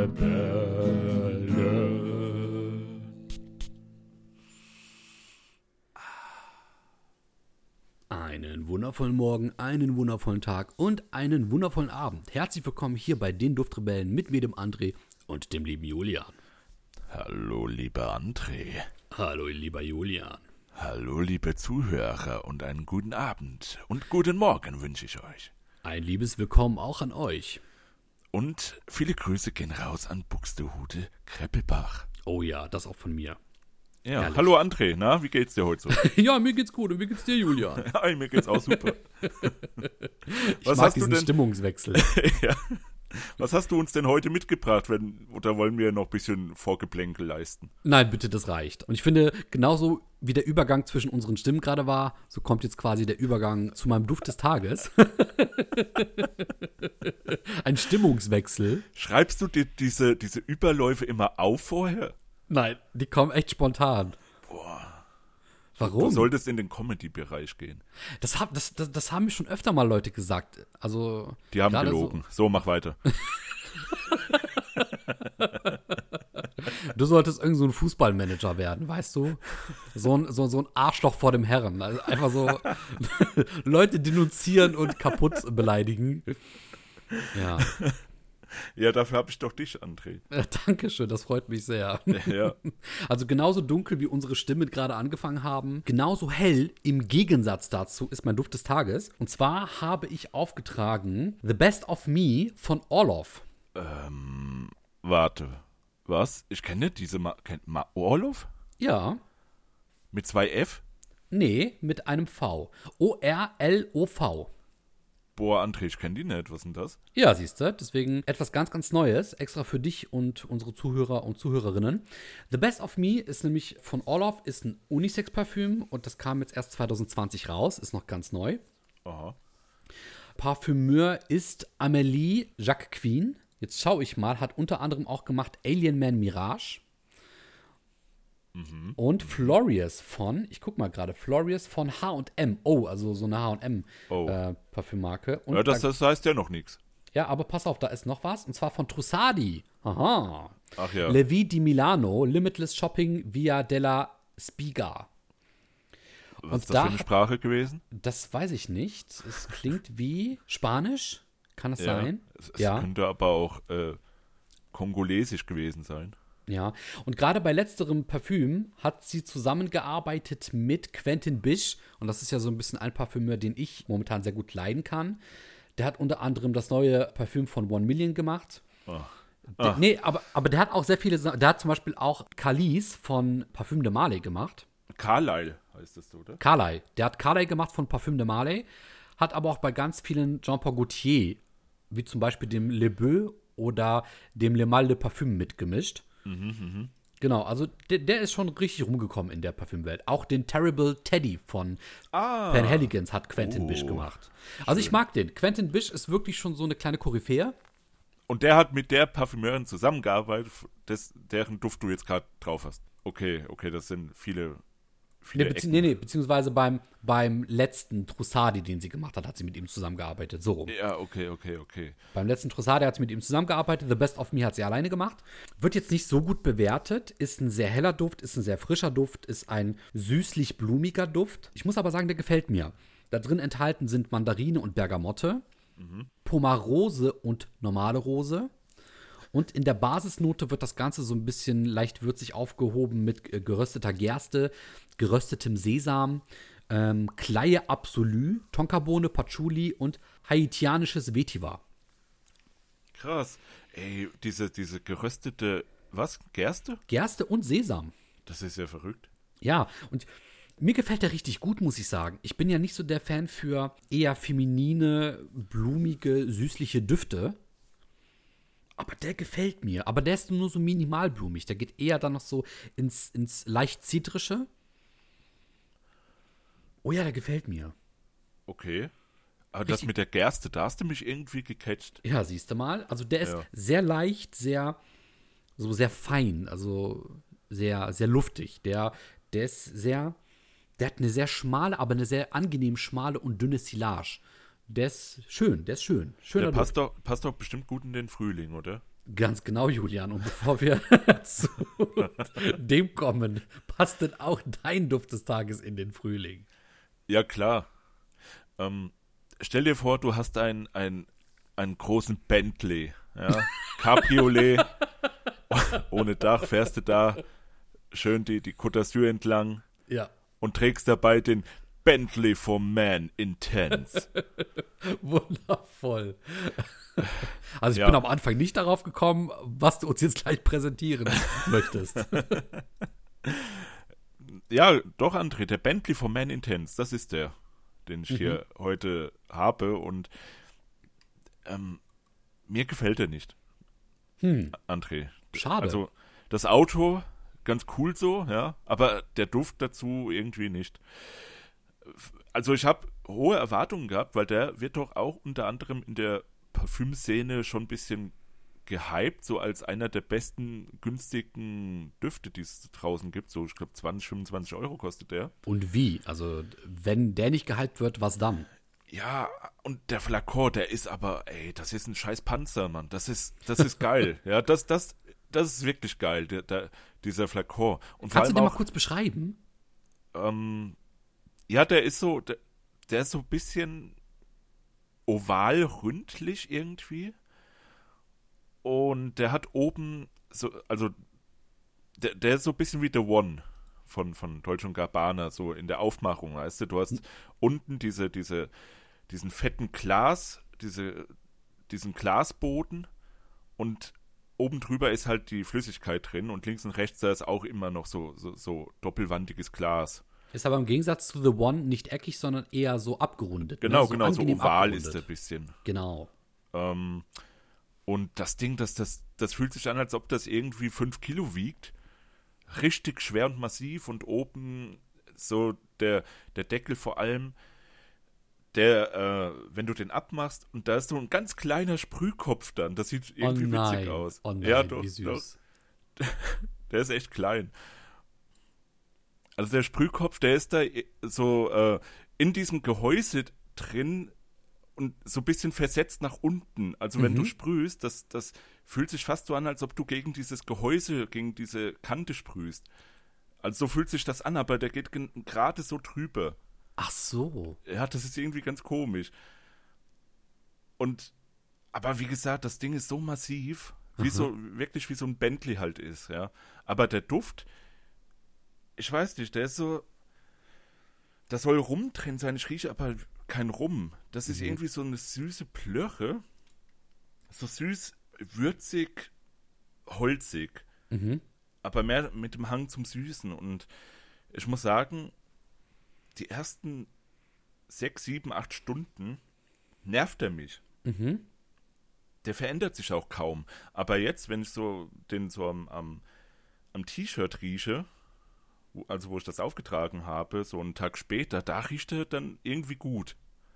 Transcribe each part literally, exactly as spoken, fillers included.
Duftrebellen. Einen wundervollen Morgen, einen wundervollen Tag und einen wundervollen Abend. Herzlich willkommen hier bei den Duftrebellen mit mir, dem André und dem lieben Julian. Hallo, lieber André. Hallo, lieber Julian. Hallo, liebe Zuhörer und einen guten Abend und guten Morgen wünsche ich euch. Ein liebes Willkommen auch an euch. Und viele Grüße gehen raus an Buxtehude Kreppelbach. Oh ja, das auch von mir. Ja, Herrlich. hallo André, na, wie geht's dir heute so? Ja, mir geht's gut und wie geht's dir, Julian? Ja, mir geht's auch super. Ich Was mag hast du diesen denn? Stimmungswechsel. Ja. Was hast du uns denn heute mitgebracht, wenn, oder wollen wir noch ein bisschen Vorgeplänkel leisten? Nein, bitte, das reicht. Und ich finde, genauso wie der Übergang zwischen unseren Stimmen gerade war, so kommt jetzt quasi der Übergang zu meinem Duft des Tages. Ein Stimmungswechsel. Schreibst du dir diese, diese Überläufe immer auf vorher? Nein, die kommen echt spontan. Boah. Warum? Du solltest in den Comedy-Bereich gehen. Das, hab, das, das, das haben mir schon öfter mal Leute gesagt. Also, Die haben gerade gelogen. So. so, mach weiter. Du solltest irgend so ein Fußballmanager werden, weißt du? So ein, so, so ein Arschloch vor dem Herren. Also einfach so Leute denunzieren und kaputt beleidigen. Ja. Ja, dafür habe ich doch dich, André. Äh, Dankeschön, das freut mich sehr. Ja. Also genauso dunkel, wie unsere Stimmen gerade angefangen haben, genauso hell im Gegensatz dazu ist mein Duft des Tages. Und zwar habe ich aufgetragen The Best of Me von Orloff. Ähm, warte. Was? Ich kenne nicht diese Ma kennt Ma Orloff? Ja, Mit zwei F? nee, mit einem V. O R L O V. Boah, André, ich kenne die nicht. Was ist denn das? Ja, siehst du, deswegen etwas ganz, ganz Neues, extra für dich und unsere Zuhörer und Zuhörerinnen. The Best of Me ist nämlich von Orloff, ist ein Unisex-Parfüm und das kam jetzt erst zwanzig zwanzig raus, ist noch ganz neu. Aha. Parfümeur ist Amélie Jacquemin. Jetzt schaue ich mal, hat unter anderem auch gemacht Alien Man Mirage. Mhm. Und Florius von, ich guck mal gerade, Florius von H und M. Oh, also so eine H und M Oh. äh, Parfümmarke. Und Ja, das, da, das heißt ja noch nichts. ja, aber pass auf, da ist noch was. Und zwar von Trussardi. Aha. Ach ja. Levi di Milano, Limitless Shopping Via della Spiga. Was und ist das da für eine hat- Sprache gewesen? Das weiß ich nicht. Es klingt wie Spanisch. Kann es sein? Es, es Ja. könnte aber auch äh, kongolesisch gewesen sein. Ja, und gerade bei letzterem Parfüm hat sie zusammengearbeitet mit Quentin Bisch. Und das ist ja so ein bisschen ein Parfümeur, den ich momentan sehr gut leiden kann. Der hat unter anderem das neue Parfüm von One Million gemacht. Ach. Der, nee, aber, aber der hat auch sehr viele Sa- Der hat zum Beispiel auch Calice von Parfüm de Marley gemacht. Carlyle heißt das, oder? Carlyle. Der hat Carlyle gemacht von Parfüm de Marley. Hat aber auch bei ganz vielen Jean-Paul Gaultier, wie zum Beispiel dem Le Beau oder dem Le Mal de Parfüm mitgemischt. Mhm, Genau, also der, der ist schon richtig rumgekommen in der Parfümwelt. Auch den Terrible Teddy von Ah. Penhaligon's hat Quentin Oh, Bisch gemacht. Also ich mag den. Quentin Bisch ist wirklich schon so eine kleine Koryphäe. Und der hat mit der Parfümeurin zusammengearbeitet, des, deren Duft du jetzt gerade drauf hast. Okay, okay, das sind viele, viele Nee, bezieh Ecken. nee, nee, beziehungsweise beim, beim letzten Trussardi, den sie gemacht hat, hat sie mit ihm zusammengearbeitet. So rum. Ja, okay, okay, okay. Beim letzten Trussardi hat sie mit ihm zusammengearbeitet. The Best of Me hat sie alleine gemacht. Wird jetzt nicht so gut bewertet. Ist ein sehr heller Duft, ist ein sehr frischer Duft, ist ein süßlich-blumiger Duft. Ich muss aber sagen, der gefällt mir. Da drin enthalten sind Mandarine und Bergamotte, Pomarose und normale Rose. Und in der Basisnote wird das Ganze so ein bisschen leicht würzig aufgehoben mit äh, gerösteter Gerste, geröstetem Sesam, ähm, Kleie Absolu, Tonkabohne, Patchouli und haitianisches Vetiver. Krass. Ey, diese, diese geröstete, was? Gerste? Gerste und Sesam. Das ist ja verrückt. Ja, und mir gefällt der richtig gut, muss ich sagen. Ich bin ja nicht so der Fan für eher feminine, blumige, süßliche Düfte. Aber der gefällt mir. Aber der ist nur so minimalblumig. Der geht eher dann noch so ins, ins leicht zitrische. Oh ja, der gefällt mir. Okay. Aber das Richtig- mit der Gerste, da hast du mich irgendwie gecatcht. Ja, siehst du mal. Also der ist Ja. sehr leicht, sehr, so sehr fein, also sehr, sehr luftig. Der, der ist sehr, der hat eine sehr schmale, aber eine sehr angenehm schmale und dünne Silage. Der ist schön, der ist schön. Schöner Der passt Duft. doch, passt doch bestimmt gut in den Frühling, oder? Ganz genau, Julian. Und bevor wir zu dem kommen, passt denn auch dein Duft des Tages in den Frühling? Ja, klar. Ähm, stell dir vor, du hast ein, ein, einen großen Bentley, ja, Cabriolet, ohne Dach, fährst du da schön die, die Côte d'Azur entlang Ja. und trägst dabei den Bentley for Man Intense. Wundervoll. Also ich Ja. bin am Anfang nicht darauf gekommen, was du uns jetzt gleich präsentieren möchtest. Ja, doch, André, der Bentley for Man Intense, das ist der, den ich Mhm. hier heute habe und ähm, mir gefällt er nicht, Hm, André. schade. Also das Auto, ganz cool so, ja, aber der Duft dazu irgendwie nicht. Also ich habe hohe Erwartungen gehabt, weil der wird doch auch unter anderem in der Parfümszene schon ein bisschen gehypt, so als einer der besten günstigen Düfte, die es draußen gibt. So, ich glaube, zwanzig, fünfundzwanzig Euro kostet der. Und wie? Also, wenn der nicht gehypt wird, was dann? Ja, und der Flakon, der ist aber, ey, das ist ein scheiß Panzer, Mann. Das ist, das ist geil. Ja, das, das, das ist wirklich geil, der, der, dieser Flakon. Und vor Kannst du allem den mal auch, kurz beschreiben? ähm, ja, der ist so, der, der ist so ein bisschen oval ründlich irgendwie. Und der hat oben so, also der, der ist so ein bisschen wie The One von, von Dolce und Gabbana, so in der Aufmachung, weißt du, du hast unten diese, diese, diesen fetten Glas, diese, diesen Glasboden und oben drüber ist halt die Flüssigkeit drin und links und rechts da ist auch immer noch so, so, so doppelwandiges Glas. Ist aber im Gegensatz zu The One nicht eckig, sondern eher so abgerundet. Genau, ne? genau, so angenehm oval abgerundet. ist der ein bisschen. Genau. Ähm, und das Ding, das, das, das fühlt sich an, als ob das irgendwie fünf Kilo wiegt. Richtig schwer und massiv und oben so der, der Deckel vor allem, der, äh, wenn du den abmachst und da ist so ein ganz kleiner Sprühkopf dann, das sieht irgendwie oh nein. witzig aus. Oh nein, ja, doch, wie süß. Doch, der ist echt klein. Also der Sprühkopf, der ist da so äh, in diesem Gehäuse drin und so ein bisschen versetzt nach unten. Also wenn Mhm. du sprühst, das, das fühlt sich fast so an, als ob du gegen dieses Gehäuse, gegen diese Kante sprühst. Also so fühlt sich das an, aber der geht gen- gerade so drüber. Ach so. Ja, das ist irgendwie ganz komisch. Und, aber wie gesagt, das Ding ist so massiv, wie Aha. so, wirklich wie so ein Bentley halt ist, ja. Aber der Duft, ich weiß nicht, der ist so, das soll Rum drin sein, ich rieche aber kein Rum. Das ist Mhm. irgendwie so eine süße Plörre. So süß, würzig, holzig. Mhm. Aber mehr mit dem Hang zum Süßen. Und ich muss sagen, die ersten sechs, sieben, acht Stunden nervt er mich. Mhm. Der verändert sich auch kaum. Aber jetzt, wenn ich so den so am, am, am T-Shirt rieche, wo, also wo ich das aufgetragen habe, so einen Tag später, da riecht er dann irgendwie gut.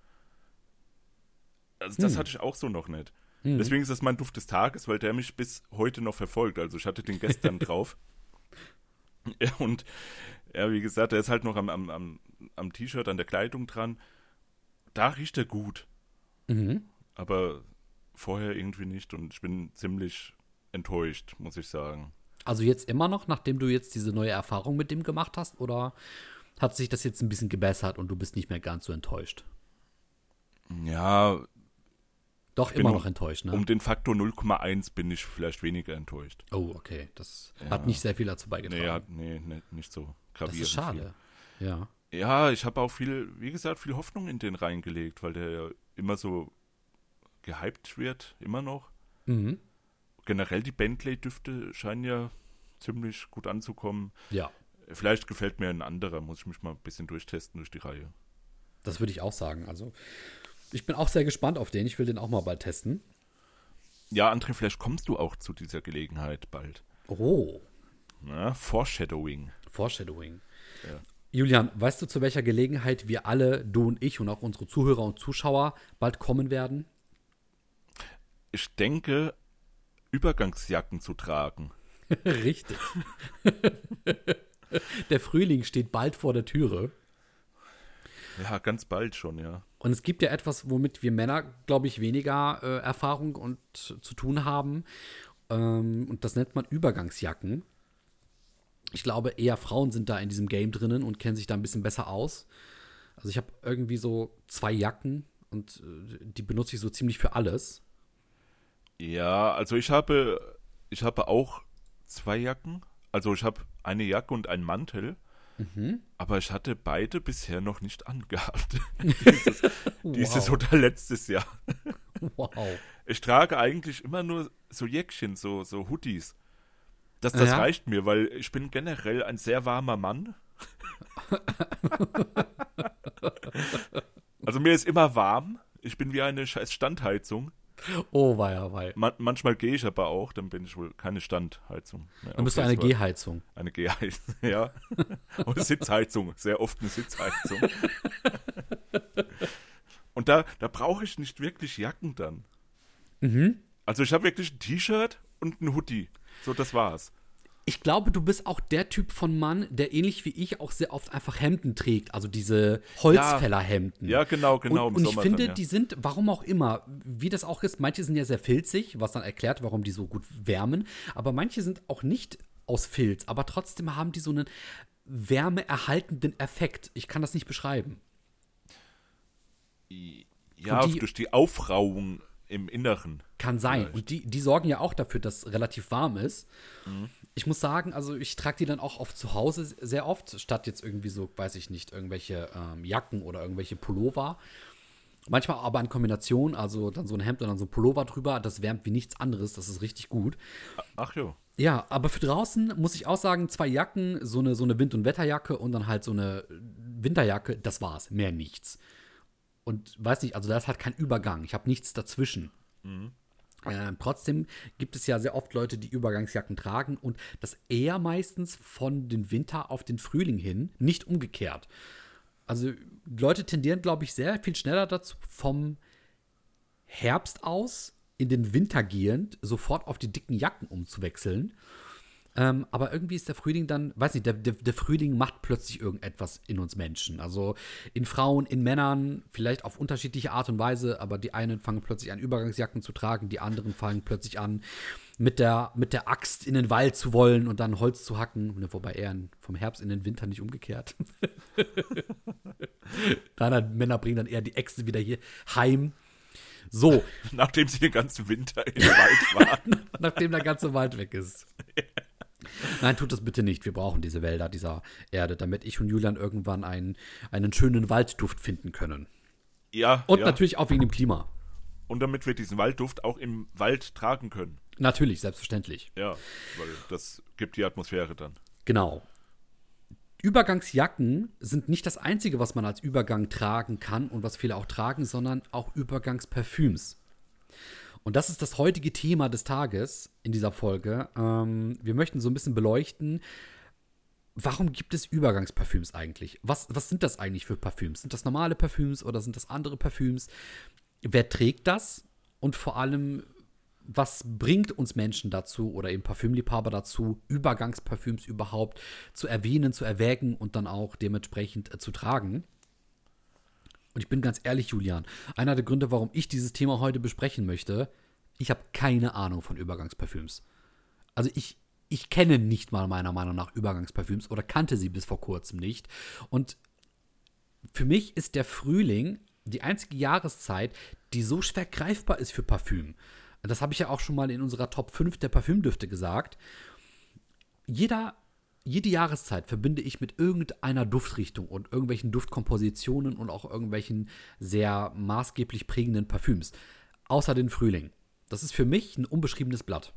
Also das Hm. hatte ich auch so noch nicht. Mhm. Deswegen ist das mein Duft des Tages, weil der mich bis heute noch verfolgt. Also ich hatte den gestern drauf. Ja, und ja, wie gesagt, der ist halt noch am, am, am, am T-Shirt, an der Kleidung dran. Da riecht er gut. Mhm. Aber vorher irgendwie nicht und ich bin ziemlich enttäuscht, muss ich sagen. Also jetzt immer noch, nachdem du jetzt diese neue Erfahrung mit dem gemacht hast, oder hat sich das jetzt ein bisschen gebessert und du bist nicht mehr ganz so enttäuscht? Ja, Doch, bin immer um- noch enttäuscht, ne? um den Faktor null Komma eins bin ich vielleicht weniger enttäuscht. oh, okay. Das Ja. hat nicht sehr viel dazu beigetragen. Nee, hat, nee, nee, nicht so das gravierend. ist schade. Ja. Viel. Ja, ich habe auch viel, wie gesagt, viel Hoffnung in den reingelegt, weil der ja immer so gehypt wird, immer noch. Mhm. Generell die Bentley-Düfte scheinen ja ziemlich gut anzukommen. Ja, Vielleicht gefällt mir ein anderer, muss ich mich mal ein bisschen durchtesten durch die Reihe. das würde ich auch sagen. Also, ich bin auch sehr gespannt auf den. Ich will den auch mal bald testen. Ja, André, vielleicht kommst du auch zu dieser Gelegenheit bald. Oh, Na, Foreshadowing. Foreshadowing. Ja. Julian, weißt du, zu welcher Gelegenheit wir alle, du und ich und auch unsere Zuhörer und Zuschauer bald kommen werden? Ich denke, Übergangsjacken zu tragen. Richtig. Der Frühling steht bald vor der Türe. Ja, ganz bald schon, ja. Und es gibt ja etwas, womit wir Männer, glaube ich, weniger äh, Erfahrung und zu tun haben. Ähm, und das nennt man Übergangsjacken. Ich glaube, eher Frauen sind da in diesem Game drinnen und kennen sich da ein bisschen besser aus. Also ich habe irgendwie so zwei Jacken und äh, die benutze ich so ziemlich für alles. Ja, also ich habe, ich habe auch zwei Jacken. Also ich habe eine Jacke und einen Mantel, Mhm. aber ich hatte beide bisher noch nicht angehabt. dieses, dieses Wow. oder letztes Jahr. Wow. Ich trage eigentlich immer nur so Jäckchen, so, so Hoodies. Das, das Ja. reicht mir, weil ich bin generell ein sehr warmer Mann. Also mir ist immer warm. Ich bin wie eine scheiß Standheizung. Oh, weia, wei. Man, manchmal gehe ich aber auch, dann bin ich wohl keine Standheizung. Ja, Dann bist du okay, eine es war Gehheizung. eine Gehheizung, ja. Oder Sitzheizung, sehr oft eine Sitzheizung. Und da, da brauche ich nicht wirklich Jacken dann. Mhm. Also ich habe wirklich ein T-Shirt und ein Hoodie. So, das war's. Ich glaube, du bist auch der Typ von Mann, der ähnlich wie ich auch sehr oft einfach Hemden trägt, also diese Holzfällerhemden. Ja, genau, genau, Und, im und ich Sommer finde, dann, ja. die sind, warum auch immer, wie das auch ist, manche sind ja sehr filzig, was dann erklärt, warum die so gut wärmen, aber manche sind auch nicht aus Filz, aber trotzdem haben die so einen wärmeerhaltenden Effekt. Ich kann das nicht beschreiben. Ja, Und die durch die Aufrauung im Inneren. kann sein. Vielleicht. Und die, die sorgen ja auch dafür, dass es relativ warm ist. Mhm. Ich muss sagen, also ich trage die dann auch oft zu Hause sehr oft, statt jetzt irgendwie so, weiß ich nicht, irgendwelche ähm, Jacken oder irgendwelche Pullover. Manchmal aber in Kombination, also dann so ein Hemd und dann so ein Pullover drüber, das wärmt wie nichts anderes, das ist richtig gut. Ach jo. Ja, aber für draußen muss ich auch sagen, zwei Jacken, so eine, so eine Wind- und Wetterjacke und dann halt so eine Winterjacke, das war's, mehr nichts. Und weiß nicht, also das hat keinen Übergang, ich habe nichts dazwischen. Mhm. Ähm, trotzdem gibt es ja sehr oft Leute, die Übergangsjacken tragen und das eher meistens von den Winter auf den Frühling hin, nicht umgekehrt. Also Leute tendieren, glaube ich, sehr viel schneller dazu, vom Herbst aus in den Winter gehend sofort auf die dicken Jacken umzuwechseln. Ähm, aber irgendwie ist der Frühling dann, weiß nicht, der, der, der Frühling macht plötzlich irgendetwas in uns Menschen. Also in Frauen, in Männern, vielleicht auf unterschiedliche Art und Weise, aber die einen fangen plötzlich an, Übergangsjacken zu tragen, die anderen fangen plötzlich an, mit der, mit der Axt in den Wald zu wollen und dann Holz zu hacken. Ne, wobei eher vom Herbst in den Winter, nicht umgekehrt. Dann Männer bringen dann eher die Äxte wieder hier heim. So, Nachdem sie den ganzen Winter im Wald waren. nachdem der ganze Wald weg ist. Nein, tut das bitte nicht. Wir brauchen diese Wälder dieser Erde, damit ich und Julian irgendwann einen, einen schönen Waldduft finden können. Ja, Und ja. natürlich auch wegen dem Klima. Und damit wir diesen Waldduft auch im Wald tragen können. Natürlich, selbstverständlich. Ja, weil das gibt die Atmosphäre dann. Genau. Übergangsjacken sind nicht das Einzige, was man als Übergang tragen kann und was viele auch tragen, sondern auch Übergangsparfüms. Und das ist das heutige Thema des Tages in dieser Folge. Ähm, wir möchten so ein bisschen beleuchten, warum gibt es Übergangsparfüms eigentlich? Was, was sind das eigentlich für Parfüms? Sind das normale Parfüms oder sind das andere Parfüms? Wer trägt das? Und vor allem, was bringt uns Menschen dazu oder eben Parfümliebhaber dazu, Übergangsparfüms überhaupt zu erwähnen, zu erwägen und dann auch dementsprechend äh, zu tragen? Und ich bin ganz ehrlich, Julian, einer der Gründe, warum ich dieses Thema heute besprechen möchte, ich habe keine Ahnung von Übergangsparfüms. Also ich, ich kenne nicht mal meiner Meinung nach Übergangsparfüms oder kannte sie bis vor kurzem nicht. Und für mich ist der Frühling die einzige Jahreszeit, die so schwer greifbar ist für Parfüm. Das habe ich ja auch schon mal in unserer Top fünf der Parfümdüfte gesagt. Jeder, jede Jahreszeit verbinde ich mit irgendeiner Duftrichtung und irgendwelchen Duftkompositionen und auch irgendwelchen sehr maßgeblich prägenden Parfüms. Außer den Frühling. Das ist für mich ein unbeschriebenes Blatt.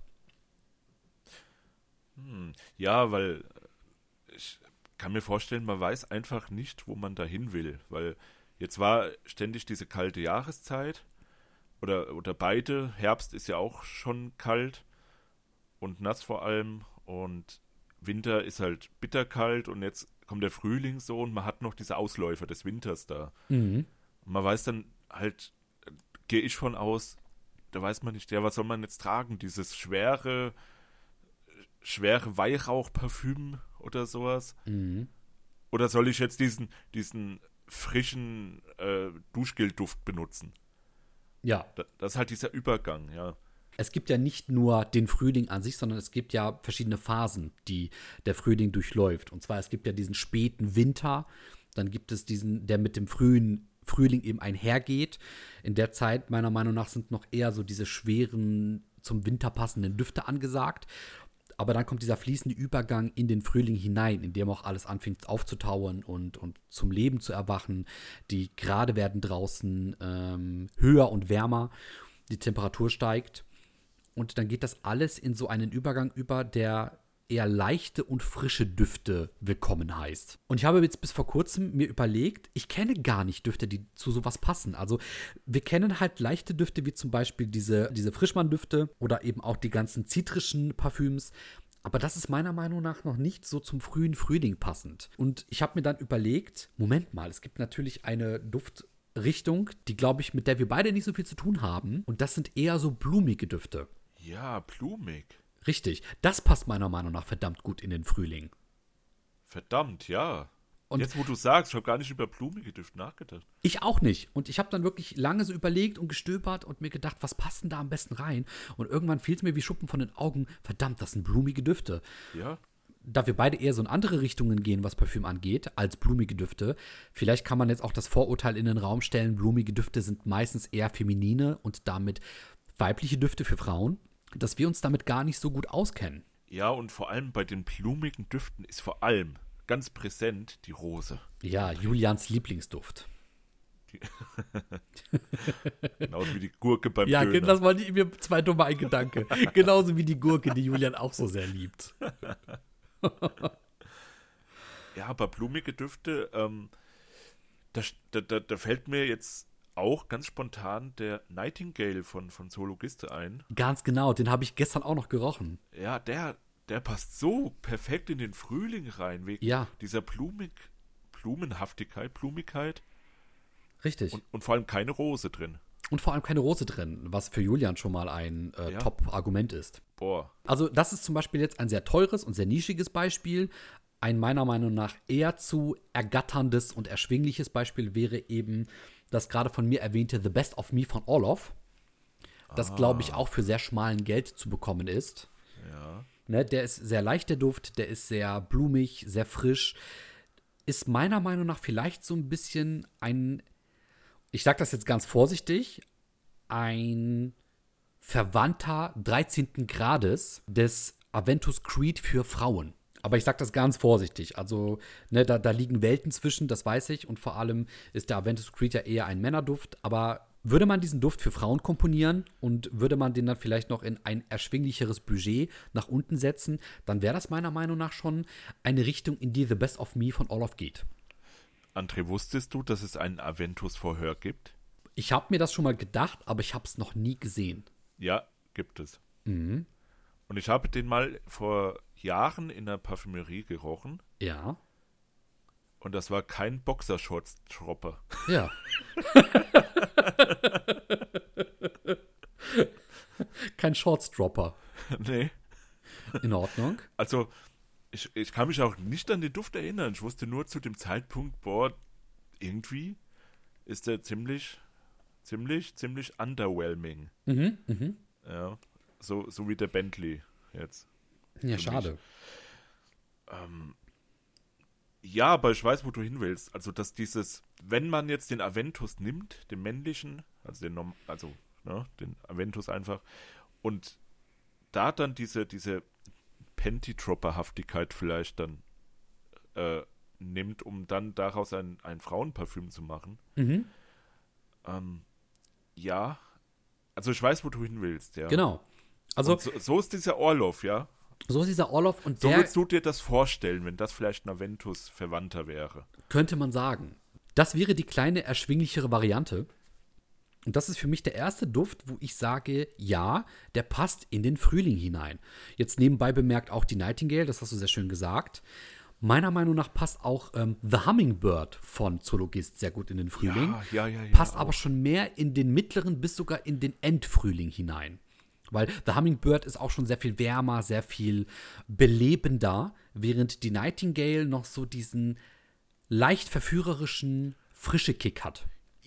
Hm. Ja, weil ich kann mir vorstellen, man weiß einfach nicht, wo man dahin will. Weil jetzt war ständig diese kalte Jahreszeit. Oder, oder beide. Herbst ist ja auch schon kalt und nass vor allem. Und Winter ist halt bitterkalt. Und jetzt kommt der Frühling so und man hat noch diese Ausläufer des Winters da. Mhm. Und man weiß dann halt, äh, gehe ich von aus, da weiß man nicht, ja, was soll man jetzt tragen? Dieses schwere, schwere Weihrauchparfüm oder sowas? Mhm. Oder soll ich jetzt diesen, diesen frischen äh, Duschgelduft benutzen? Ja. Da, das ist halt dieser Übergang, ja. Es gibt ja nicht nur den Frühling an sich, sondern es gibt ja verschiedene Phasen, die der Frühling durchläuft. Und zwar, es gibt ja diesen späten Winter, dann gibt es diesen, der mit dem frühen Frühling eben einhergeht. In der Zeit, meiner Meinung nach, sind noch eher so diese schweren, zum Winter passenden Düfte angesagt. Aber dann kommt dieser fließende Übergang in den Frühling hinein, in dem auch alles anfängt aufzutauen und, und zum Leben zu erwachen. Die Grade werden draußen ähm, höher und wärmer, die Temperatur steigt. Und dann geht das alles in so einen Übergang über, der eher leichte und frische Düfte willkommen heißt. Und ich habe jetzt bis vor kurzem mir überlegt, ich kenne gar nicht Düfte, die zu sowas passen. Also wir kennen halt leichte Düfte, wie zum Beispiel diese, diese Frischmann-Düfte oder eben auch die ganzen zitrischen Parfüms. Aber das ist meiner Meinung nach noch nicht so zum frühen Frühling passend. Und ich habe mir dann überlegt, Moment mal, es gibt natürlich eine Duftrichtung, die, glaube ich, mit der wir beide nicht so viel zu tun haben. Und das sind eher so blumige Düfte. Ja, blumig. Richtig. Das passt meiner Meinung nach verdammt gut in den Frühling. Verdammt, ja. Und jetzt, wo du sagst, ich habe gar nicht über blumige Düfte nachgedacht. Ich auch nicht. Und ich habe dann wirklich lange so überlegt und gestöbert und mir gedacht, was passt denn da am besten rein? Und irgendwann fiel es mir wie Schuppen von den Augen, verdammt, das sind blumige Düfte. Ja. Da wir beide eher so in andere Richtungen gehen, was Parfüm angeht, als blumige Düfte, vielleicht kann man jetzt auch das Vorurteil in den Raum stellen, blumige Düfte sind meistens eher feminine und damit weibliche Düfte für Frauen, dass wir uns damit gar nicht so gut auskennen. Ja, und vor allem bei den blumigen Düften ist vor allem ganz präsent die Rose. Ja, Julians Lieblingsduft. Die Genauso wie die Gurke beim Ja, Döner. das war die, mir zwei dumme ein Gedanke. Genauso wie die Gurke, die Julian auch so sehr liebt. Ja, aber blumige Düfte, ähm, da, da, da fällt mir jetzt auch ganz spontan der Nightingale von, von Zoologiste ein. Ganz genau, den habe ich gestern auch noch gerochen. Ja, der, der passt so perfekt in den Frühling rein, wegen Ja. dieser Blumig, Blumenhaftigkeit, Blumigkeit. Richtig. Und, und vor allem keine Rose drin. Und vor allem keine Rose drin, was für Julian schon mal ein äh, Ja. Top-Argument ist. Boah. Also das ist zum Beispiel jetzt ein sehr teures und sehr nischiges Beispiel. Ein meiner Meinung nach eher zu ergatterndes und erschwingliches Beispiel wäre eben das gerade von mir erwähnte The Best of Me von Orloff. Das, Ah. glaube ich, auch für sehr schmalen Geld zu bekommen ist. Ja. Ne, der ist sehr leicht, der Duft, der ist sehr blumig, sehr frisch. Ist meiner Meinung nach vielleicht so ein bisschen ein, ich sage das jetzt ganz vorsichtig, ein Verwandter dreizehnten Grades des Aventus Creed für Frauen. Aber ich sage das ganz vorsichtig. Also, ne, da, da liegen Welten zwischen, das weiß ich. Und vor allem ist der Aventus Creed ja eher ein Männerduft. Aber würde man diesen Duft für Frauen komponieren und würde man den dann vielleicht noch in ein erschwinglicheres Budget nach unten setzen, dann wäre das meiner Meinung nach schon eine Richtung, in die The Best of Me von Orloff geht. André, wusstest du, dass es einen Aventus-Vorhör gibt? Ich habe mir das schon mal gedacht, aber ich habe es noch nie gesehen. Ja, gibt es. Mhm. Und ich habe den mal vor Jahren in der Parfümerie gerochen. Ja. Und das war kein Boxershorts-Dropper. Ja. Kein Shorts-Dropper. Nee. In Ordnung. Also, ich, ich kann mich auch nicht an den Duft erinnern. Ich wusste nur zu dem Zeitpunkt, boah, irgendwie ist der ziemlich, ziemlich, ziemlich underwhelming. Mhm, mhm. Ja, so, so wie der Bentley jetzt. Ja, Für schade. Ähm, ja, aber ich weiß, wo du hin willst. Also, dass dieses, wenn man jetzt den Aventus nimmt, den männlichen, also den, Norm- also, ne, den Aventus einfach, und da dann diese, diese Panty-Dropper-Haftigkeit vielleicht dann äh, nimmt, um dann daraus ein, ein Frauenparfüm zu machen. Mhm. Ähm, ja, also ich weiß, wo du hin willst, ja. Genau. Also, Und so, so ist dieser Orloff, ja. so ist dieser Orloff und So der würdest du dir das vorstellen, wenn das vielleicht ein Aventus-Verwandter wäre. könnte man sagen. Das wäre die kleine, erschwinglichere Variante. Und das ist für mich der erste Duft, wo ich sage, ja, der passt in den Frühling hinein. Jetzt nebenbei bemerkt auch die Nightingale, das hast du sehr schön gesagt. Meiner Meinung nach passt auch ähm, The Hummingbird von Zoologist sehr gut in den Frühling. Ja, ja, ja. ja Passt auch. aber schon mehr in den mittleren bis sogar in den Endfrühling hinein. Weil The Hummingbird ist auch schon sehr viel wärmer, sehr viel belebender, während die Nightingale noch so diesen leicht verführerischen, frische Kick hat.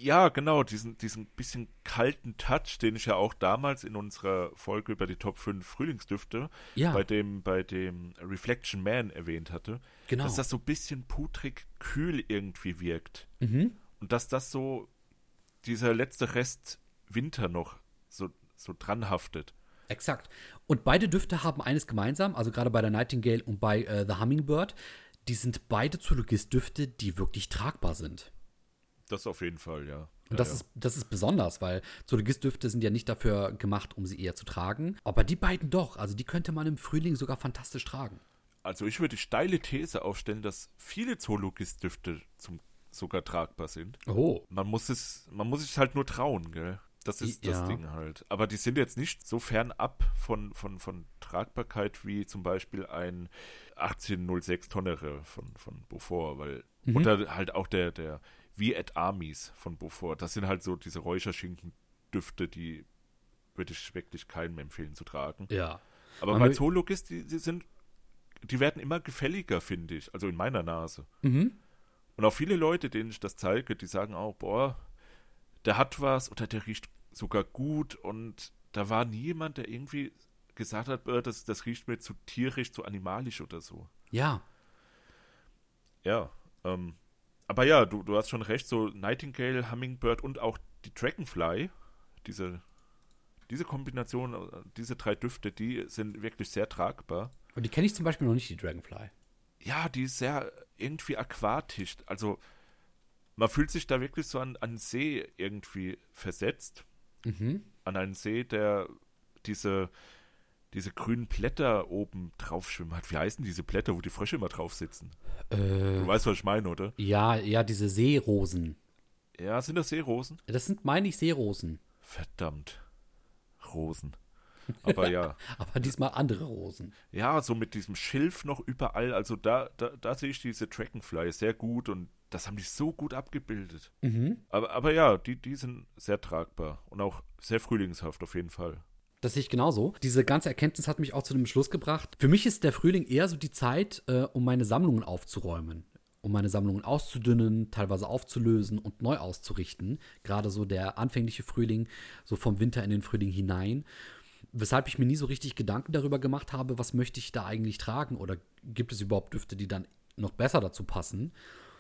Ja, genau, diesen, diesen bisschen kalten Touch, den ich ja auch damals in unserer Folge über die Top fünf Frühlingsdüfte bei Ja, dem, bei dem Reflection Man erwähnt hatte, dass genau. das so ein bisschen putrig kühl irgendwie wirkt. Mhm. Und dass das so dieser letzte Rest Winter noch so, so dran haftet. Exakt. Und beide Düfte haben eines gemeinsam, also gerade bei der Nightingale und bei äh, The Hummingbird, die sind beide Zoologist-Düfte, die wirklich tragbar sind. Das auf jeden Fall, ja. Und Ja, das ja. ist, das ist besonders, weil Zoologist-Düfte sind ja nicht dafür gemacht, um sie eher zu tragen. Aber die beiden doch. Also die könnte man im Frühling sogar fantastisch tragen. Also ich würde die steile These aufstellen, dass viele Zoologist-Düfte zum sogar tragbar sind. Oh. Man muss es, man muss sich halt nur trauen, gell? Das ist das Ja. Ding halt. Aber die sind jetzt nicht so fernab von, von, von Tragbarkeit wie zum Beispiel ein achtzehnhundertsechs Tonnere von, von Beaufort, weil, Mhm. oder halt auch der, der wie at Armies von Beaufort. Das sind halt so diese Räucherschinken-Düfte, die würde ich wirklich keinem empfehlen zu tragen. Ja. Aber Man bei will- Zoologist, die, die sind, die werden immer gefälliger, finde ich. Also in meiner Nase. Mhm. Und auch viele Leute, denen ich das zeige, die sagen auch, boah, der hat was oder der riecht sogar gut und da war nie jemand, der irgendwie gesagt hat, boah, das, das riecht mir zu tierisch, zu animalisch oder so. Ja. Ja, ähm, aber ja, du, du hast schon recht, so Nightingale, Hummingbird und auch die Dragonfly, diese, diese Kombination, äh, diese drei Düfte, die sind wirklich sehr tragbar. Und die kenne ich zum Beispiel noch nicht, die Dragonfly. Ja, die ist sehr irgendwie aquatisch, also man fühlt sich da wirklich so an einen See irgendwie versetzt. Mhm. An einen See, der diese, diese grünen Blätter oben drauf schwimmen hat. Wie heißen diese Blätter, wo die Frösche immer drauf sitzen? Äh, Du weißt, was ich meine, oder? ja, ja, diese Seerosen. Ja, sind das Seerosen? Das sind, meine ich, Seerosen. Verdammt. Rosen. Aber ja. Aber diesmal andere Rosen. Ja, so mit diesem Schilf noch überall. Also da, da, da sehe ich diese Dragonfly sehr gut und das haben die so gut abgebildet. Mhm. Aber, aber ja, die, die sind sehr tragbar und auch sehr frühlingshaft auf jeden Fall. Das sehe ich genauso. Diese ganze Erkenntnis hat mich auch zu dem Schluss gebracht. Für mich ist der Frühling eher so die Zeit, äh, um meine Sammlungen aufzuräumen. Um meine Sammlungen auszudünnen, teilweise aufzulösen und neu auszurichten. Gerade so der anfängliche Frühling, so vom Winter in den Frühling hinein. Weshalb ich mir nie so richtig Gedanken darüber gemacht habe, was möchte ich da eigentlich tragen oder gibt es überhaupt Düfte, die dann noch besser dazu passen.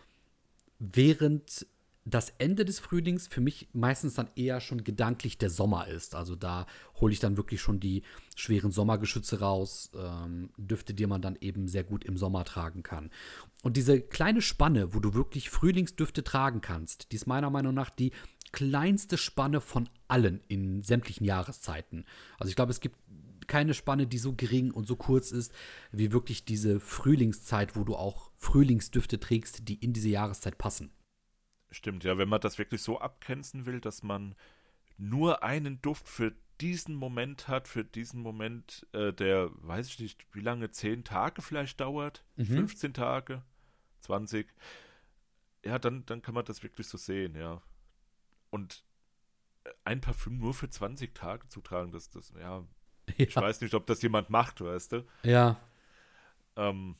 Während das Ende des Frühlings für mich meistens dann eher schon gedanklich der Sommer ist. Also da hole ich dann wirklich schon die schweren Sommergeschütze raus, ähm, Düfte, die man dann eben sehr gut im Sommer tragen kann. Und diese kleine Spanne, wo du wirklich Frühlingsdüfte tragen kannst, die ist meiner Meinung nach die kleinste Spanne von allen in sämtlichen Jahreszeiten. Also ich glaube, es gibt keine Spanne, die so gering und so kurz ist, wie wirklich diese Frühlingszeit, wo du auch Frühlingsdüfte trägst, die in diese Jahreszeit passen. Stimmt, ja, wenn man das wirklich so abgrenzen will, dass man nur einen Duft für diesen Moment hat, für diesen Moment, äh, der, weiß ich nicht, wie lange, zehn Tage vielleicht dauert, Mhm. fünfzehn Tage, zwanzig, ja, dann, dann kann man das wirklich so sehen, ja. Und ein Parfüm nur für zwanzig Tage zu tragen, das, das, ja, ich Ja. weiß nicht, ob das jemand macht, weißt du. Ja. Ähm,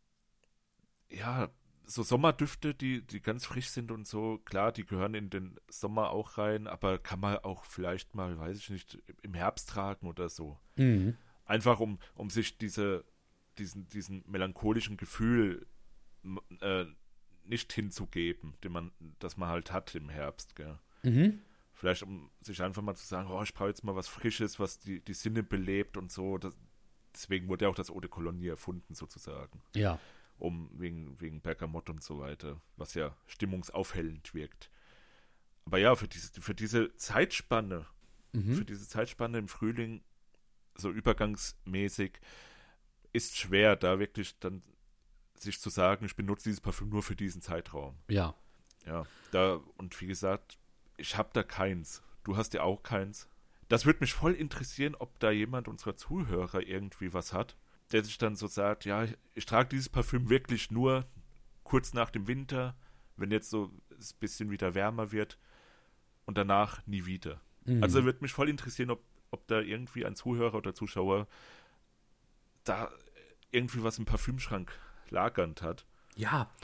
ja, so Sommerdüfte, die, die ganz frisch sind und so, klar, die gehören in den Sommer auch rein, aber kann man auch vielleicht mal, weiß ich nicht, im Herbst tragen oder so. Mhm. Einfach um, um sich diese, diesen, diesen melancholischen Gefühl m- äh, nicht hinzugeben, den man, das man halt hat im Herbst, gell. Mhm. Vielleicht um sich einfach mal zu sagen, oh, ich brauche jetzt mal was Frisches, was die, die Sinne belebt und so. Das, deswegen wurde ja auch das Eau de Cologne erfunden, sozusagen. Ja. Um, wegen, wegen Bergamott und so weiter, was ja stimmungsaufhellend wirkt. Aber ja, für diese, für diese Zeitspanne, Mhm. für diese Zeitspanne im Frühling, so übergangsmäßig, ist schwer, da wirklich dann sich zu sagen, ich benutze dieses Parfüm nur für diesen Zeitraum. Ja. Ja, da, und wie gesagt, ich habe da keins. Du hast ja auch keins. Das würde mich voll interessieren, ob da jemand unserer Zuhörer irgendwie was hat, der sich dann so sagt, ja, ich trage dieses Parfüm wirklich nur kurz nach dem Winter, wenn jetzt so es ein bisschen wieder wärmer wird und danach nie wieder. Mhm. Also würde mich voll interessieren, ob, ob da irgendwie ein Zuhörer oder Zuschauer da irgendwie was im Parfümschrank lagernd hat. Ja.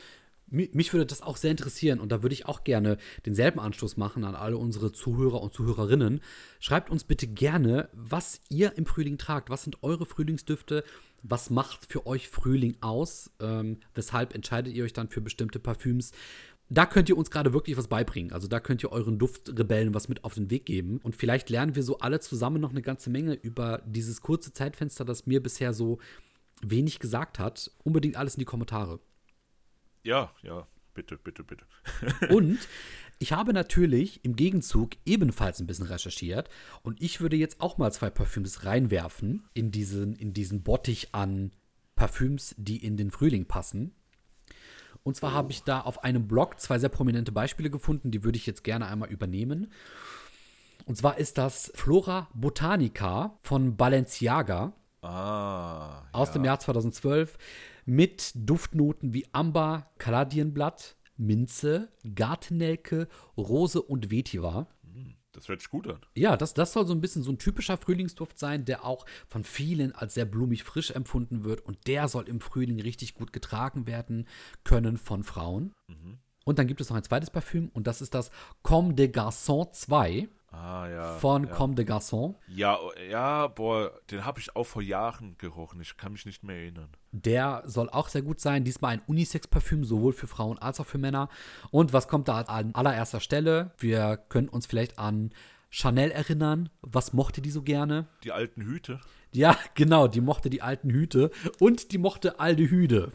Mi- Mich würde das auch sehr interessieren und da würde ich auch gerne denselben Anstoß machen an alle unsere Zuhörer und Zuhörerinnen. Schreibt uns bitte gerne, was ihr im Frühling tragt. Was sind eure Frühlingsdüfte? Was macht für euch Frühling aus? Ähm, weshalb entscheidet ihr euch dann für bestimmte Parfüms? Da könnt ihr uns gerade wirklich was beibringen. Also da könnt ihr euren Duftrebellen was mit auf den Weg geben. Und vielleicht lernen wir so alle zusammen noch eine ganze Menge über dieses kurze Zeitfenster, das mir bisher so wenig gesagt hat. Unbedingt alles in die Kommentare. Ja, ja, bitte, bitte, bitte. Und ich habe natürlich im Gegenzug ebenfalls ein bisschen recherchiert und ich würde jetzt auch mal zwei Parfüms reinwerfen in diesen, in diesen Bottich an Parfüms, die in den Frühling passen. Und zwar habe ich da auf einem Blog zwei sehr prominente Beispiele gefunden, die würde ich jetzt gerne einmal übernehmen. Und zwar ist das Flora Botanica von Balenciaga Ah, aus ja. dem Jahr zweitausendzwölf mit Duftnoten wie Amber, Kaladienblatt, Minze, Gartennelke, Rose und Vetiver. Das hört sich gut an. Ja, das, das soll so ein bisschen so ein typischer Frühlingsduft sein, der auch von vielen als sehr blumig frisch empfunden wird. Und der soll im Frühling richtig gut getragen werden können von Frauen. Mhm. Und dann gibt es noch ein zweites Parfüm und das ist das Comme des Garçons zwei Ah, ja. von ja. Comme des Garçons. Ja, ja, boah, den habe ich auch vor Jahren gerochen. Ich kann mich nicht mehr erinnern. Der soll auch sehr gut sein. Diesmal ein Unisex-Parfüm, sowohl für Frauen als auch für Männer. Und was kommt da an allererster Stelle? Wir können uns vielleicht an Chanel erinnern. Was mochte die so gerne? Die alten Hüte. Ja, genau, die mochte die alten Hüte und die mochte Aldehyde.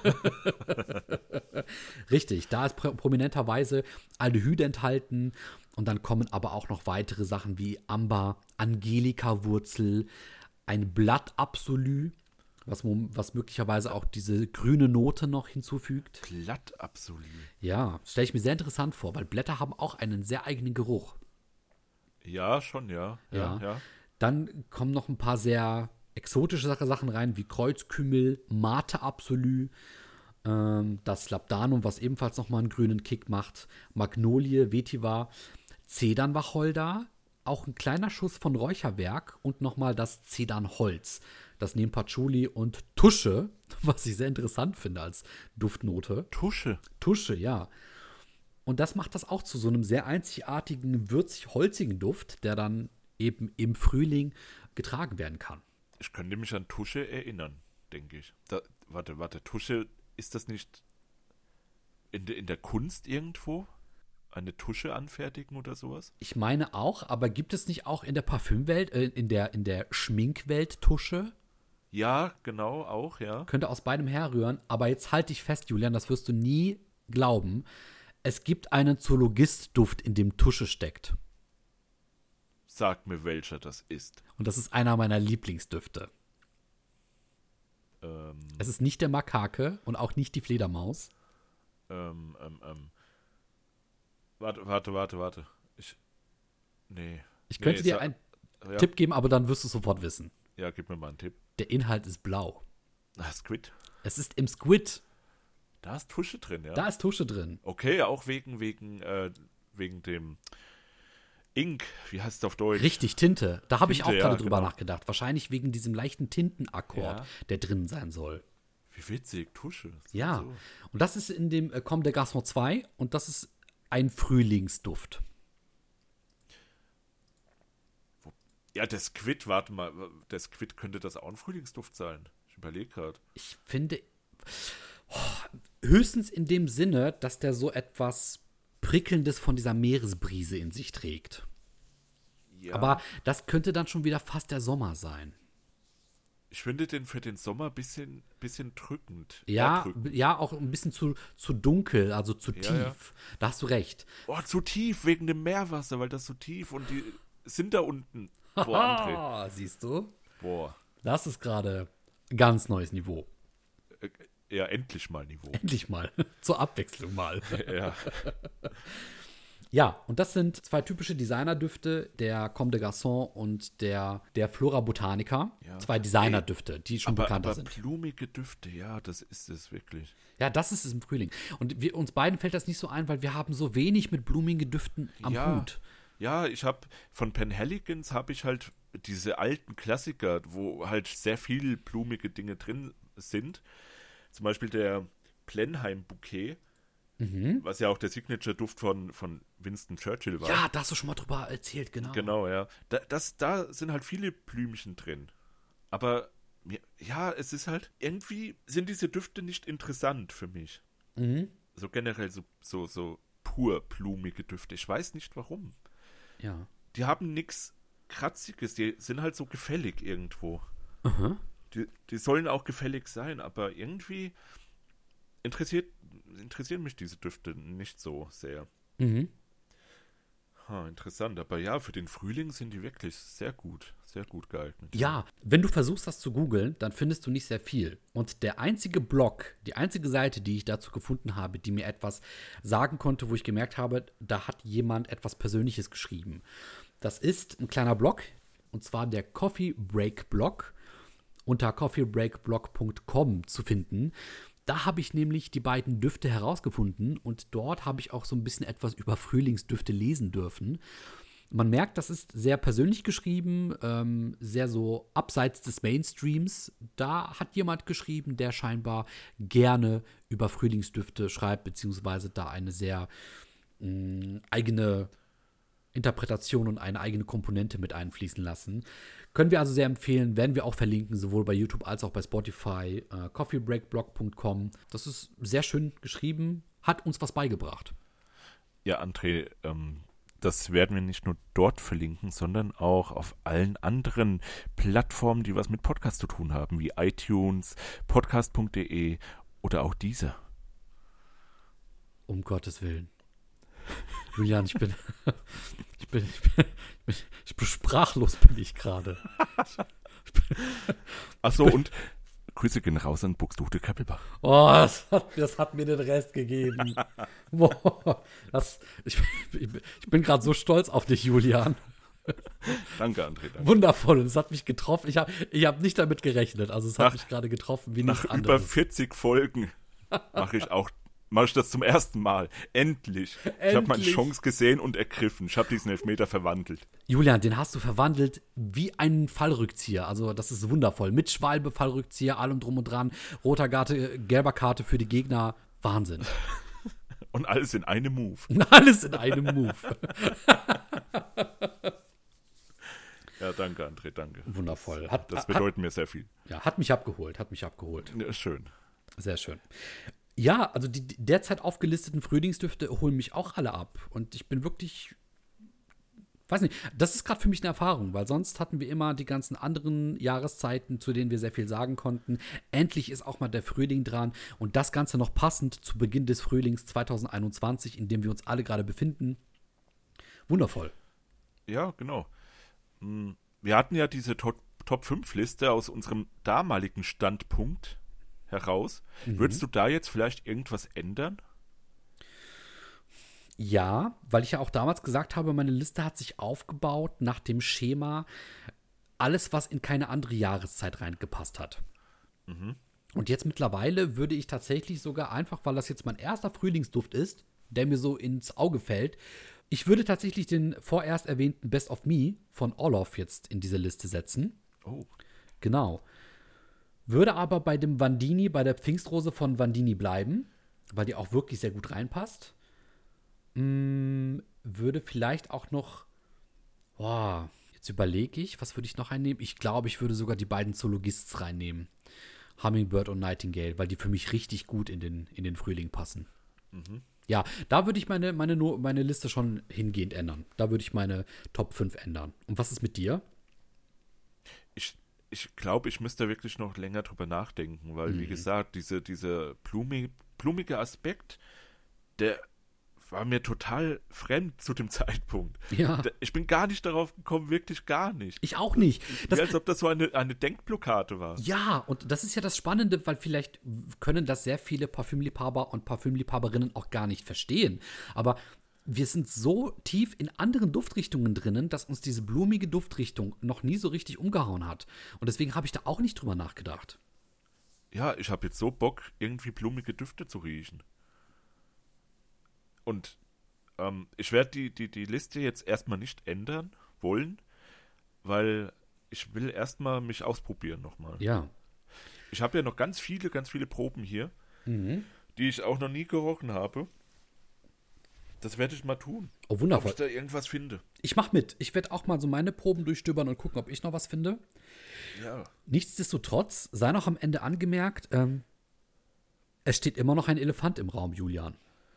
Richtig, da ist pro- prominenterweise Aldehyde enthalten. Und dann kommen aber auch noch weitere Sachen wie Amber, Angelika-Wurzel, ein Blatt Absolu, was, mo- was möglicherweise auch diese grüne Note noch hinzufügt. Glatt absolut. Ja, stelle ich mir sehr interessant vor, weil Blätter haben auch einen sehr eigenen Geruch. Ja, schon, ja. Ja, Ja. ja. Dann kommen noch ein paar sehr exotische Sache- Sachen rein, wie Kreuzkümmel, Mate Absolu, ähm, das Labdanum, was ebenfalls nochmal einen grünen Kick macht, Magnolie, Vetiver, Zedernwacholder, auch ein kleiner Schuss von Räucherwerk und nochmal das Zedernholz. Das neben Patchouli und Tusche, was ich sehr interessant finde als Duftnote. Tusche. Tusche, ja. Und das macht das auch zu so einem sehr einzigartigen, würzig-holzigen Duft, der dann eben im Frühling getragen werden kann. Ich könnte mich an Tusche erinnern, denke ich. Da, warte, warte, Tusche, ist das nicht in, de, in der Kunst irgendwo? Eine Tusche anfertigen oder sowas? Ich meine auch, aber gibt es nicht auch in der Parfümwelt, äh, in der, in der Schminkwelt Tusche? Ja, genau, auch, ja. Könnte aus beidem herrühren, aber jetzt halte dich fest, Julian, das wirst du nie glauben. Es gibt einen Zoologist-Duft, in dem Tusche steckt. Sag mir, welcher das ist. Und das ist einer meiner Lieblingsdüfte. Ähm, Es ist nicht der Makake und auch nicht die Fledermaus. ähm, ähm, ähm. Warte, warte, warte, warte. Ich. Nee. Ich könnte nee, dir sa- einen ja, Tipp geben, aber dann wirst du es sofort wissen. Ja, gib mir mal einen Tipp. Der Inhalt ist blau. Ah, Squid. Es ist im Squid. Da ist Tusche drin, ja. Da ist Tusche drin. Okay, auch wegen, wegen, äh, wegen dem Ink. Wie heißt es auf Deutsch? Richtig, Tinte. Da habe ich auch Tinte, gerade ja, drüber genau. nachgedacht. Wahrscheinlich wegen diesem leichten Tintenakkord, Ja. der drin sein soll. Wie witzig, Tusche. So, Ja. so. Und das ist in dem äh, Comme des Garçons zwei und das ist ein Frühlingsduft. Ja, der Squid, warte mal, der Squid könnte das auch ein Frühlingsduft sein. Ich überlege gerade. Ich finde oh, höchstens in dem Sinne, dass der so etwas Prickelndes von dieser Meeresbrise in sich trägt. Ja, Aber das könnte dann schon wieder fast der Sommer sein. ich finde den für den Sommer ein bisschen, bisschen drückend. Ja, drückend. b- ja, auch ein bisschen zu, zu dunkel, also zu Ja, tief. ja. Da hast du recht. Oh, zu tief wegen dem Meerwasser, weil das so tief und die sind da unten. Boah, André. Ah, siehst du? Boah. Das ist gerade ganz neues Niveau. Äh, Ja, endlich mal Niveau. Endlich mal. Zur Abwechslung mal. Ja. Ja, und das sind zwei typische Designerdüfte, der Comme des Garçons und der, der Flora Botanica. Ja. Zwei Designerdüfte, die schon Aber, bekannter aber sind. blumige Düfte, ja, das ist es wirklich. Ja, das ist es im Frühling. Und wir, uns beiden fällt das nicht so ein, weil wir haben so wenig mit blumigen Düften am Ja. Hut. Ja, ich habe von Penhaligons habe ich halt diese alten Klassiker, wo halt sehr viel blumige Dinge drin sind. Zum Beispiel der Blenheim Bouquet. Mhm. Was ja auch der Signature-Duft von, von Winston Churchill war. Ja, da hast du schon mal drüber erzählt, genau. Genau, ja. Da, das, da sind halt viele Blümchen drin. Aber ja, es ist halt, irgendwie sind diese Düfte nicht interessant für mich. Mhm. So generell so, so, so pur blumige Düfte. Ich weiß nicht warum. Ja. Die haben nichts Kratziges, die sind halt so gefällig irgendwo. Aha. Die, die sollen auch gefällig sein, aber irgendwie interessiert, interessieren mich diese Düfte nicht so sehr. Mhm. Ha, interessant, aber ja, für den Frühling sind die wirklich sehr gut, sehr gut geeignet. Ja, wenn du versuchst, das zu googeln, dann findest du nicht sehr viel. Und der einzige Blog, die einzige Seite, die ich dazu gefunden habe, die mir etwas sagen konnte, wo ich gemerkt habe, da hat jemand etwas Persönliches geschrieben. Das ist ein kleiner Blog, und zwar der Coffee Break Blog, unter coffee break blog punkt com zu finden. Da habe ich nämlich die beiden Düfte herausgefunden und dort habe ich auch so ein bisschen etwas über Frühlingsdüfte lesen dürfen. Man merkt, das ist sehr persönlich geschrieben, ähm, sehr so abseits des Mainstreams. Da hat jemand geschrieben, der scheinbar gerne über Frühlingsdüfte schreibt, beziehungsweise da eine sehr mh, eigene Interpretation und eine eigene Komponente mit einfließen lassen. Können wir also sehr empfehlen, werden wir auch verlinken, sowohl bei YouTube als auch bei Spotify. Äh, coffee break blog punkt com. Das ist sehr schön geschrieben, hat uns was beigebracht. Ja, André, ähm, das werden wir nicht nur dort verlinken, sondern auch auf allen anderen Plattformen, die was mit Podcast zu tun haben, wie iTunes, podcast punkt de oder auch diese. Um Gottes Willen. Julian, ich bin, ich bin, ich bin, ich bin, ich bin sprachlos bin ich gerade. Achso, und Grüße gehen raus an Buxtehude Keppelbach. Oh, das hat, das hat mir den Rest gegeben. Boah, das, ich, ich, ich bin gerade so stolz auf dich, Julian. Danke, André. Danke. Wundervoll, und es hat mich getroffen. Ich habe ich hab nicht damit gerechnet. Also es hat Nach, mich gerade getroffen wie nach nichts über anderes. vierzig Folgen mache ich auch mache ich das zum ersten Mal. Endlich. Ich habe meine Chance gesehen und ergriffen. Ich habe diesen Elfmeter verwandelt. Julian, den hast du verwandelt wie einen Fallrückzieher. Also das ist wundervoll. Mit Schwalbe, Fallrückzieher, allem drum und dran. Roter Karte, gelber Karte für die Gegner. Wahnsinn. Und alles in einem Move. Alles in einem Move. Ja, danke, André, danke. Wundervoll. Hat, das bedeutet hat, mir sehr viel. Ja, hat mich abgeholt, hat mich abgeholt. Ja, schön. Sehr schön. Ja, also die derzeit aufgelisteten Frühlingsdüfte holen mich auch alle ab. Und ich bin wirklich, weiß nicht, das ist gerade für mich eine Erfahrung, weil sonst hatten wir immer die ganzen anderen Jahreszeiten, zu denen wir sehr viel sagen konnten. Endlich ist auch mal der Frühling dran und das Ganze noch passend zu Beginn des Frühlings zwanzig einundzwanzig, in dem wir uns alle gerade befinden. Wundervoll. Ja, genau. Wir hatten ja diese Top fünf Liste aus unserem damaligen Standpunkt heraus. Mhm. Würdest du da jetzt vielleicht irgendwas ändern? Ja, weil ich ja auch damals gesagt habe, meine Liste hat sich aufgebaut nach dem Schema alles, was in keine andere Jahreszeit reingepasst hat. Mhm. Und jetzt mittlerweile würde ich tatsächlich sogar einfach, weil das jetzt mein erster Frühlingsduft ist, der mir so ins Auge fällt, ich würde tatsächlich den vorerst erwähnten Best of Me von Orloff jetzt in diese Liste setzen. Oh. Genau. Würde aber bei dem Vandini, bei der Pfingstrose von Vandini bleiben, weil die auch wirklich sehr gut reinpasst. Mm, würde vielleicht auch noch, boah, jetzt überlege ich, was würde ich noch reinnehmen? Ich glaube, ich würde sogar die beiden Zoologists reinnehmen. Hummingbird und Nightingale, weil die für mich richtig gut in den, in den Frühling passen. Mhm. Ja, da würde ich meine, meine, meine Liste schon hingehend ändern. Da würde ich meine Top fünf ändern. Und was ist mit dir? Ich Ich glaube, ich müsste wirklich noch länger drüber nachdenken, weil, mhm. wie gesagt, diese, dieser blumig, blumige Aspekt, der war mir total fremd zu dem Zeitpunkt. Ja. Ich bin gar nicht darauf gekommen, wirklich gar nicht. Ich auch nicht. Das, wie als ob das so eine, eine Denkblockade war. Ja, und das ist ja das Spannende, weil vielleicht können das sehr viele Parfümliebhaber und Parfümliebhaberinnen auch gar nicht verstehen. Aber wir sind so tief in anderen Duftrichtungen drinnen, dass uns diese blumige Duftrichtung noch nie so richtig umgehauen hat. Und deswegen habe ich da auch nicht drüber nachgedacht. Ja, ich habe jetzt so Bock, irgendwie blumige Düfte zu riechen. Und ähm, ich werde die, die, die Liste jetzt erstmal nicht ändern wollen, weil ich will erstmal mich ausprobieren nochmal. Ja. Ich habe ja noch ganz viele, ganz viele Proben hier, mhm. die ich auch noch nie gerochen habe. das werde ich mal tun. Oh, Ob wundervoll. ich da irgendwas finde. Ich mach mit. Ich werde auch mal so meine Proben durchstöbern und gucken, ob ich noch was finde. Ja. Nichtsdestotrotz, sei noch am Ende angemerkt, ähm, es steht immer noch ein Elefant im Raum, Julian.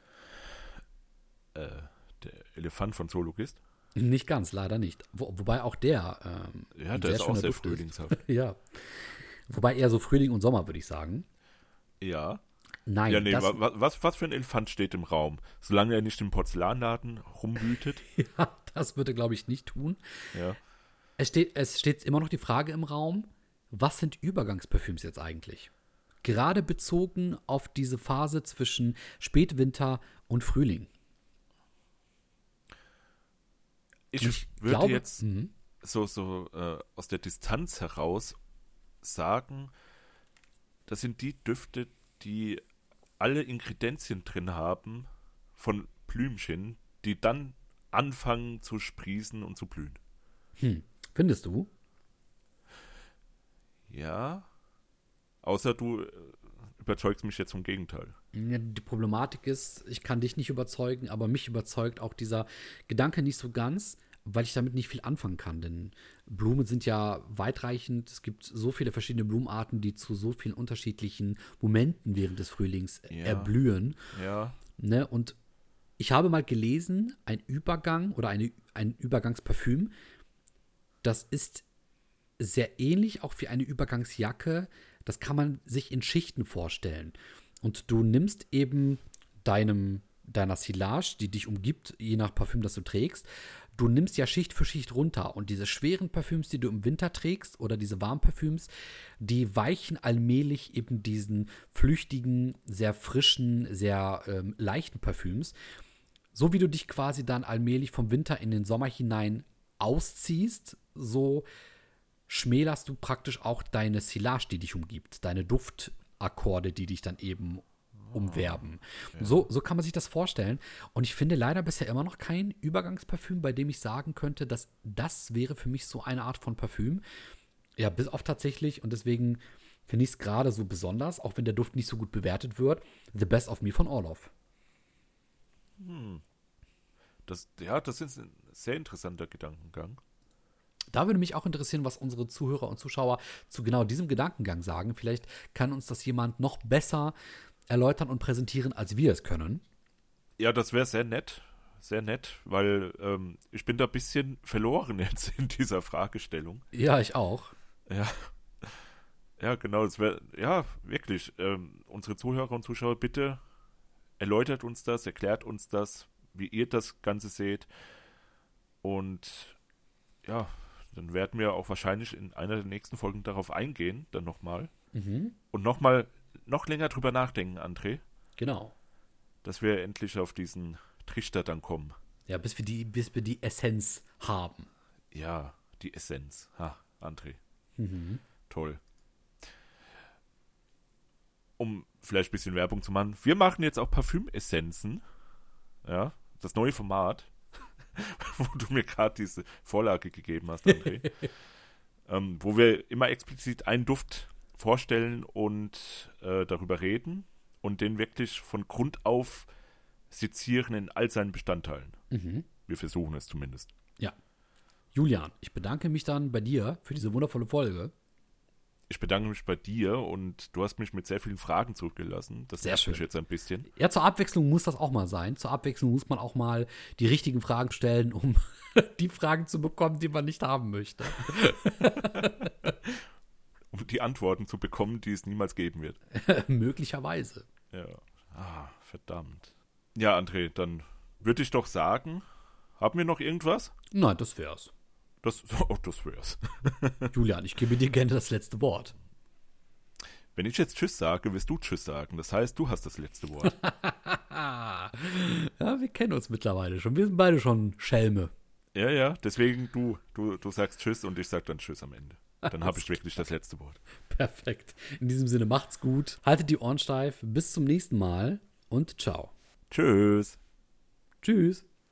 Äh, der Elefant von Zoologist? Nicht ganz, leider nicht. Wo, wobei auch der ähm, Ja, ein der ist auch schöner sehr Duft frühlingshaft. Ja. Wobei eher so Frühling und Sommer, würde ich sagen. Ja. Nein, Ja, nee, das, wa- wa- was, was für ein Elefant steht im Raum? Solange er nicht im Porzellanladen rumwütet. ja, das würde, glaube ich, nicht tun. Ja. Es steht, es steht immer noch die Frage im Raum, was sind Übergangsparfüms jetzt eigentlich? Gerade bezogen auf diese Phase zwischen Spätwinter und Frühling. Ich, Ich würde glaube- jetzt Mhm. so, so äh, aus der Distanz heraus sagen, das sind die Düfte, die alle Ingredienzien drin haben von Blümchen, die dann anfangen zu sprießen und zu blühen. Hm. Findest du? Ja, außer du äh, überzeugst mich jetzt vom Gegenteil. Ja, die Problematik ist, ich kann dich nicht überzeugen, aber mich überzeugt auch dieser Gedanke nicht so ganz, weil ich damit nicht viel anfangen kann. Denn Blumen sind ja weitreichend. Es gibt so viele verschiedene Blumenarten, die zu so vielen unterschiedlichen Momenten während des Frühlings Ja. erblühen. Ja, Ne? Und ich habe mal gelesen, ein Übergang oder eine, ein Übergangsparfüm, das ist sehr ähnlich auch wie eine Übergangsjacke. Das kann man sich in Schichten vorstellen. Und du nimmst eben deinem, deiner Silage, die dich umgibt, je nach Parfüm, das du trägst, du nimmst ja Schicht für Schicht runter. Und diese schweren Parfüms, die du im Winter trägst, oder diese Warmparfüms, die weichen allmählich eben diesen flüchtigen, sehr frischen, sehr ähm, leichten Parfüms. So wie du dich quasi dann allmählich vom Winter in den Sommer hinein ausziehst, so schmälerst du praktisch auch deine Silage, die dich umgibt, deine Duftakkorde, die dich dann eben umwerben. So, so kann man sich das vorstellen. Und ich finde leider bisher immer noch kein Übergangsparfüm, bei dem ich sagen könnte, dass das wäre für mich so eine Art von Parfüm. Ja, bis auf tatsächlich, und deswegen finde ich es gerade so besonders, auch wenn der Duft nicht so gut bewertet wird, The Best of Me von Orloff. das, ja, das ist ein sehr interessanter Gedankengang. Da würde mich auch interessieren, was unsere Zuhörer und Zuschauer zu genau diesem Gedankengang sagen. Vielleicht kann uns das jemand noch besser erläutern und präsentieren, als wir es können. Ja, das wäre sehr nett, sehr nett, weil ähm, ich bin da ein bisschen verloren jetzt in dieser Fragestellung. Ja, ich auch. Ja, ja, genau, das wäre, ja, wirklich, ähm, unsere Zuhörer und Zuschauer, bitte erläutert uns das, erklärt uns das, wie ihr das Ganze seht. Und ja, dann werden wir auch wahrscheinlich in einer der nächsten Folgen darauf eingehen, dann nochmal. Mhm. Und nochmal, noch länger drüber nachdenken, André, Genau. dass wir endlich auf diesen Trichter dann kommen. Ja, bis wir die, bis wir die Essenz haben. Ja, die Essenz. Ha, André. Mhm. Toll. Um vielleicht ein bisschen Werbung zu machen. Wir machen jetzt auch Parfümessenzen. Ja, das neue Format, wo du mir gerade diese Vorlage gegeben hast, André. ähm, wo wir immer explizit einen Duft vorstellen und äh, darüber reden und den wirklich von Grund auf sezieren in all seinen Bestandteilen. Mhm. Wir versuchen es zumindest. Ja. Julian, ich bedanke mich dann bei dir für diese wundervolle Folge. Ich bedanke mich bei dir und du hast mich mit sehr vielen Fragen zurückgelassen. Das Sehr nervt mich schön. jetzt ein bisschen. Ja, zur Abwechslung muss das auch mal sein. Zur Abwechslung muss man auch mal die richtigen Fragen stellen, um die Fragen zu bekommen, die man nicht haben möchte. Um die Antworten zu bekommen, die es niemals geben wird. Möglicherweise. Ja. Ah, verdammt. Ja, André, dann würde ich doch sagen, haben wir noch irgendwas? Nein, das wär's. Das, oh, das wär's. Julian, ich gebe dir gerne das letzte Wort. Wenn ich jetzt Tschüss sage, wirst du Tschüss sagen. Das heißt, du hast das letzte Wort. Ja, wir kennen uns mittlerweile schon. Wir sind beide schon Schelme. Ja, ja, deswegen du, du, du sagst Tschüss und ich sag dann Tschüss am Ende. Dann habe ich wirklich das letzte Wort. Perfekt. In diesem Sinne, macht's gut. Haltet die Ohren steif. Bis zum nächsten Mal und ciao. Tschüss. Tschüss.